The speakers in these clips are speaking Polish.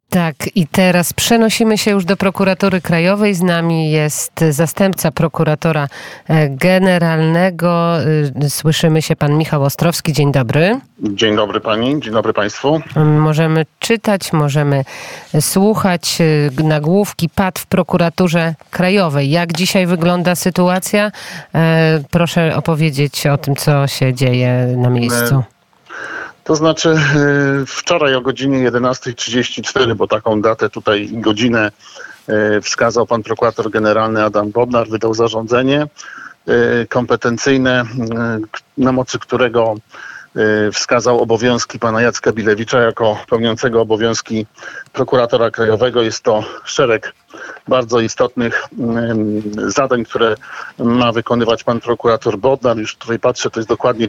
Tak, i teraz przenosimy się już do Prokuratury Krajowej. Z nami jest zastępca prokuratora generalnego. Słyszymy się, pan Michał Ostrowski. Dzień dobry. Dzień dobry pani, dzień dobry państwu. Możemy czytać, możemy słuchać nagłówki PAD w Prokuraturze Krajowej. Jak dzisiaj wygląda sytuacja? Proszę opowiedzieć o tym, co się dzieje na miejscu. To znaczy wczoraj o godzinie 11:34, bo taką datę tutaj i godzinę wskazał pan prokurator generalny Adam Bodnar, wydał zarządzenie kompetencyjne, na mocy którego wskazał obowiązki pana Jacka Bilewicza jako pełniącego obowiązki prokuratora krajowego. Jest to szereg bardzo istotnych zadań, które ma wykonywać pan prokurator Bodnar. Już tutaj patrzę, to jest dokładnie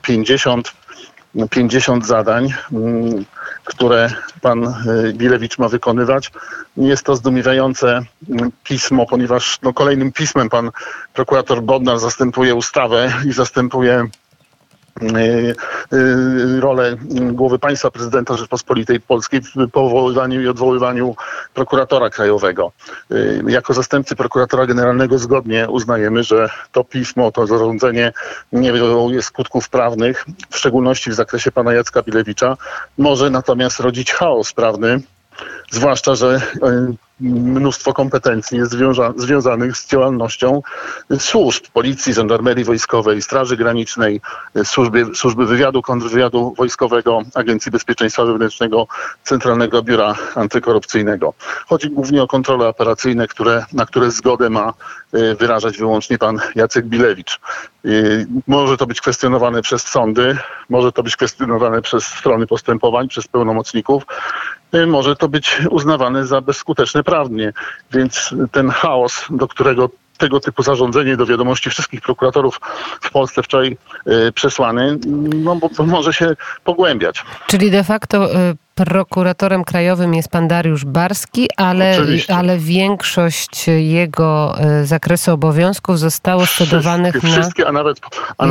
50 zadań, które pan Bilewicz ma wykonywać. Jest to zdumiewające pismo, ponieważ kolejnym pismem pan prokurator Bodnar zastępuje ustawę i zastępuje rolę głowy państwa, prezydenta Rzeczpospolitej Polskiej w powoływaniu i odwoływaniu prokuratora krajowego. Jako zastępcy prokuratora generalnego zgodnie uznajemy, że to pismo, to zarządzenie nie wywołuje skutków prawnych, w szczególności w zakresie pana Jacka Bilewicza. Może natomiast rodzić chaos prawny, zwłaszcza że mnóstwo kompetencji jest związanych z działalnością służb, policji, żandarmerii wojskowej, Straży Granicznej, służby wywiadu, kontrwywiadu wojskowego, Agencji Bezpieczeństwa Wewnętrznego, Centralnego Biura Antykorupcyjnego. Chodzi głównie o kontrole operacyjne, na które zgodę ma wyrażać wyłącznie pan Jacek Bilewicz. Może to być kwestionowane przez sądy, może to być kwestionowane przez strony postępowań, przez pełnomocników, może to być uznawane za bezskuteczne prawnie. Więc ten chaos, do którego tego typu zarządzenie do wiadomości wszystkich prokuratorów w Polsce wczoraj przesłany, bo może się pogłębiać. Czyli de facto prokuratorem krajowym jest pan Dariusz Barski, ale większość jego zakresu obowiązków zostało scedowanych wszystkie, a nawet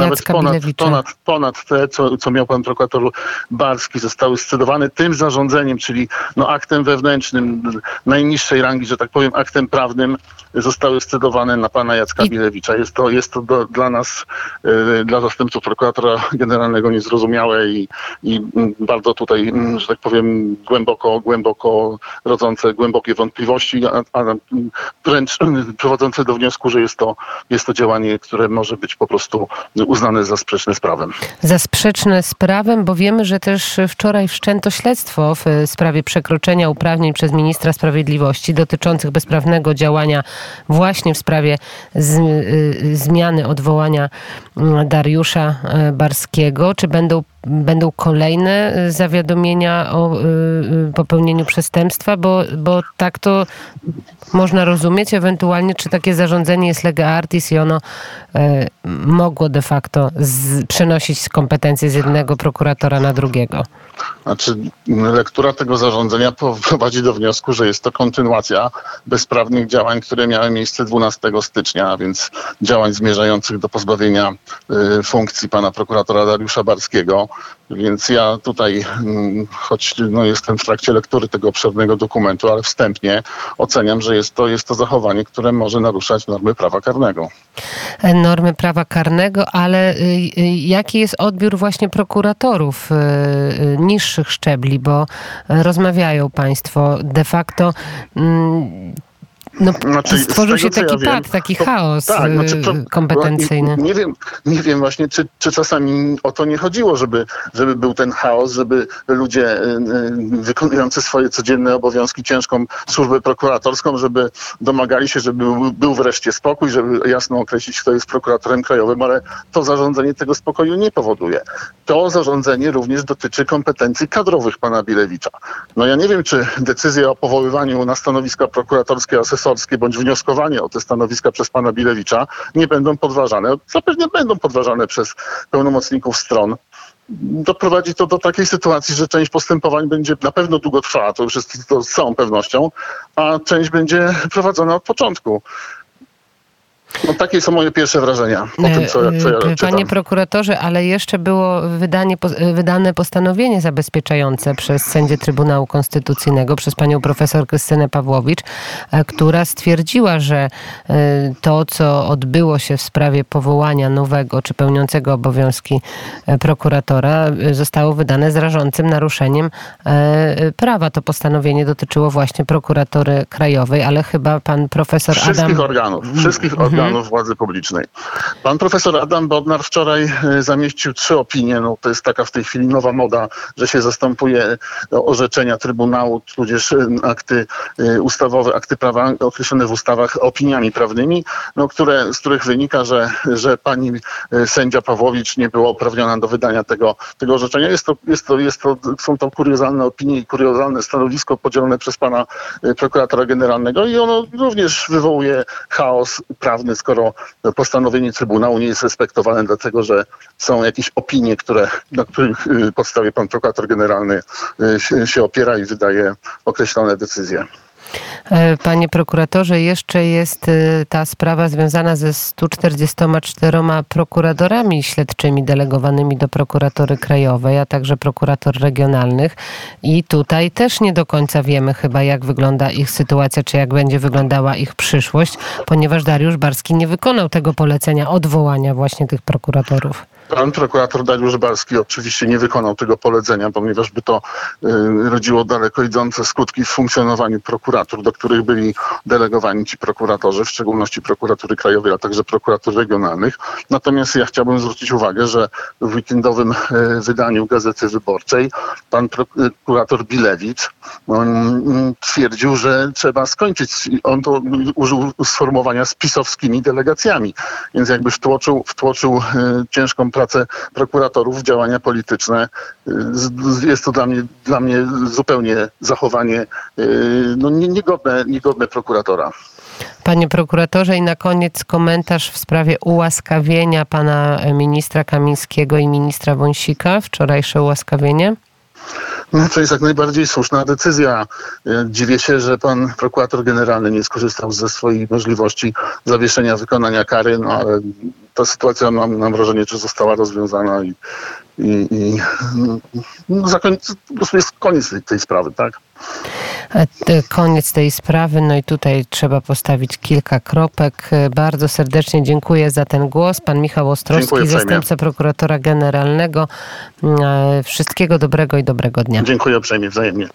ponad te, co miał pan prokurator Barski, zostały scedowane tym zarządzeniem, czyli aktem wewnętrznym najniższej rangi, że tak powiem, aktem prawnym, zostały scedowane na pana Jacka Bilewicza. Jest to dla nas, dla zastępców prokuratora generalnego niezrozumiałe i bardzo tutaj, że tak powiem, głęboko rodzące głębokie wątpliwości, a wręcz prowadzące do wniosku, że jest to działanie, które może być po prostu uznane za sprzeczne z prawem. Za sprzeczne z prawem, bo wiemy, że też wczoraj wszczęto śledztwo w sprawie przekroczenia uprawnień przez ministra sprawiedliwości dotyczących bezprawnego działania właśnie w sprawie zmiany odwołania Dariusza Barskiego. Czy będą kolejne zawiadomienia o popełnieniu przestępstwa, bo tak to można rozumieć ewentualnie, czy takie zarządzenie jest lege artis i ono mogło de facto przenosić kompetencje z jednego prokuratora na drugiego. Znaczy, lektura tego zarządzenia prowadzi do wniosku, że jest to kontynuacja bezprawnych działań, które miały miejsce 12 stycznia, a więc działań zmierzających do pozbawienia funkcji pana prokuratora Dariusza Barskiego. Więc ja tutaj, choć jestem w trakcie lektury tego obszernego dokumentu, ale wstępnie oceniam, że jest to zachowanie, które może naruszać normy prawa karnego. Normy prawa karnego, ale jaki jest odbiór właśnie prokuratorów niższych szczebli, bo rozmawiają państwo de facto... stworzył się taki taki chaos kompetencyjny. Nie wiem właśnie, czy czasami o to nie chodziło, żeby był ten chaos, żeby ludzie wykonujący swoje codzienne obowiązki, ciężką służbę prokuratorską, żeby domagali się, żeby był wreszcie spokój, żeby jasno określić, kto jest prokuratorem krajowym, ale to zarządzenie tego spokoju nie powoduje. To zarządzenie również dotyczy kompetencji kadrowych pana Bilewicza. Ja nie wiem, czy decyzja o powoływaniu na stanowiska prokuratorskie, asesorskie bądź wnioskowanie o te stanowiska przez pana Bilewicza nie będą podważane. Zapewne będą podważane przez pełnomocników stron. Doprowadzi to do takiej sytuacji, że część postępowań będzie na pewno długo trwała, to już jest to z całą pewnością, a część będzie prowadzona od początku. No, takie są moje pierwsze wrażenia po tym, co ja czytam. Panie prokuratorze, ale jeszcze było wydane postanowienie zabezpieczające przez sędzię Trybunału Konstytucyjnego, przez panią profesor Krystynę Pawłowicz, która stwierdziła, że to, co odbyło się w sprawie powołania nowego czy pełniącego obowiązki prokuratora, zostało wydane z rażącym naruszeniem prawa. To postanowienie dotyczyło właśnie prokuratury krajowej, ale chyba pan profesor Wszystkich organów władzy publicznej. Pan profesor Adam Bodnar wczoraj zamieścił 3 opinie. No, to jest taka w tej chwili nowa moda, że się zastępuje orzeczenia Trybunału, tudzież akty ustawowe, akty prawa określone w ustawach opiniami prawnymi, no, z których wynika, że pani sędzia Pawłowicz nie była uprawniona do wydania tego orzeczenia. Są to kuriozalne opinie i kuriozalne stanowisko podzielone przez pana prokuratora generalnego i ono również wywołuje chaos prawny, skoro postanowienie Trybunału nie jest respektowane, dlatego że są jakieś opinie, na których podstawie pan prokurator generalny się opiera i wydaje określone decyzje. Panie prokuratorze, jeszcze jest ta sprawa związana ze 144 prokuratorami śledczymi delegowanymi do prokuratury krajowej, a także prokurator regionalnych. I tutaj też nie do końca wiemy chyba, jak wygląda ich sytuacja, czy jak będzie wyglądała ich przyszłość, ponieważ Dariusz Barski nie wykonał tego polecenia odwołania właśnie tych prokuratorów. Pan prokurator Dariusz Barski oczywiście nie wykonał tego polecenia, ponieważ by to rodziło daleko idące skutki w funkcjonowaniu prokuratur, do których byli delegowani ci prokuratorzy, w szczególności prokuratury krajowej, a także prokuratur regionalnych. Natomiast ja chciałbym zwrócić uwagę, że w weekendowym wydaniu Gazety Wyborczej pan prokurator Bilewicz twierdził, że trzeba skończyć. On to użył sformułowania z pisowskimi delegacjami, więc jakby wtłoczył ciężką pracę prokuratorów w działania polityczne. Jest to dla mnie zupełnie zachowanie niegodne prokuratora. Panie prokuratorze, i na koniec komentarz w sprawie ułaskawienia pana ministra Kamińskiego i ministra Wąsika, wczorajsze ułaskawienie. No, to jest jak najbardziej słuszna decyzja. Dziwię się, że pan prokurator generalny nie skorzystał ze swojej możliwości zawieszenia wykonania kary, no ale ta sytuacja, mam wrażenie, że została rozwiązana i po prostu jest koniec tej sprawy, tak? Koniec tej sprawy, no i tutaj trzeba postawić kilka kropek. Bardzo serdecznie dziękuję za ten głos. Pan Michał Ostrowski, zastępca prokuratora generalnego. Wszystkiego dobrego i dobrego dnia. Dziękuję uprzejmie, wzajemnie.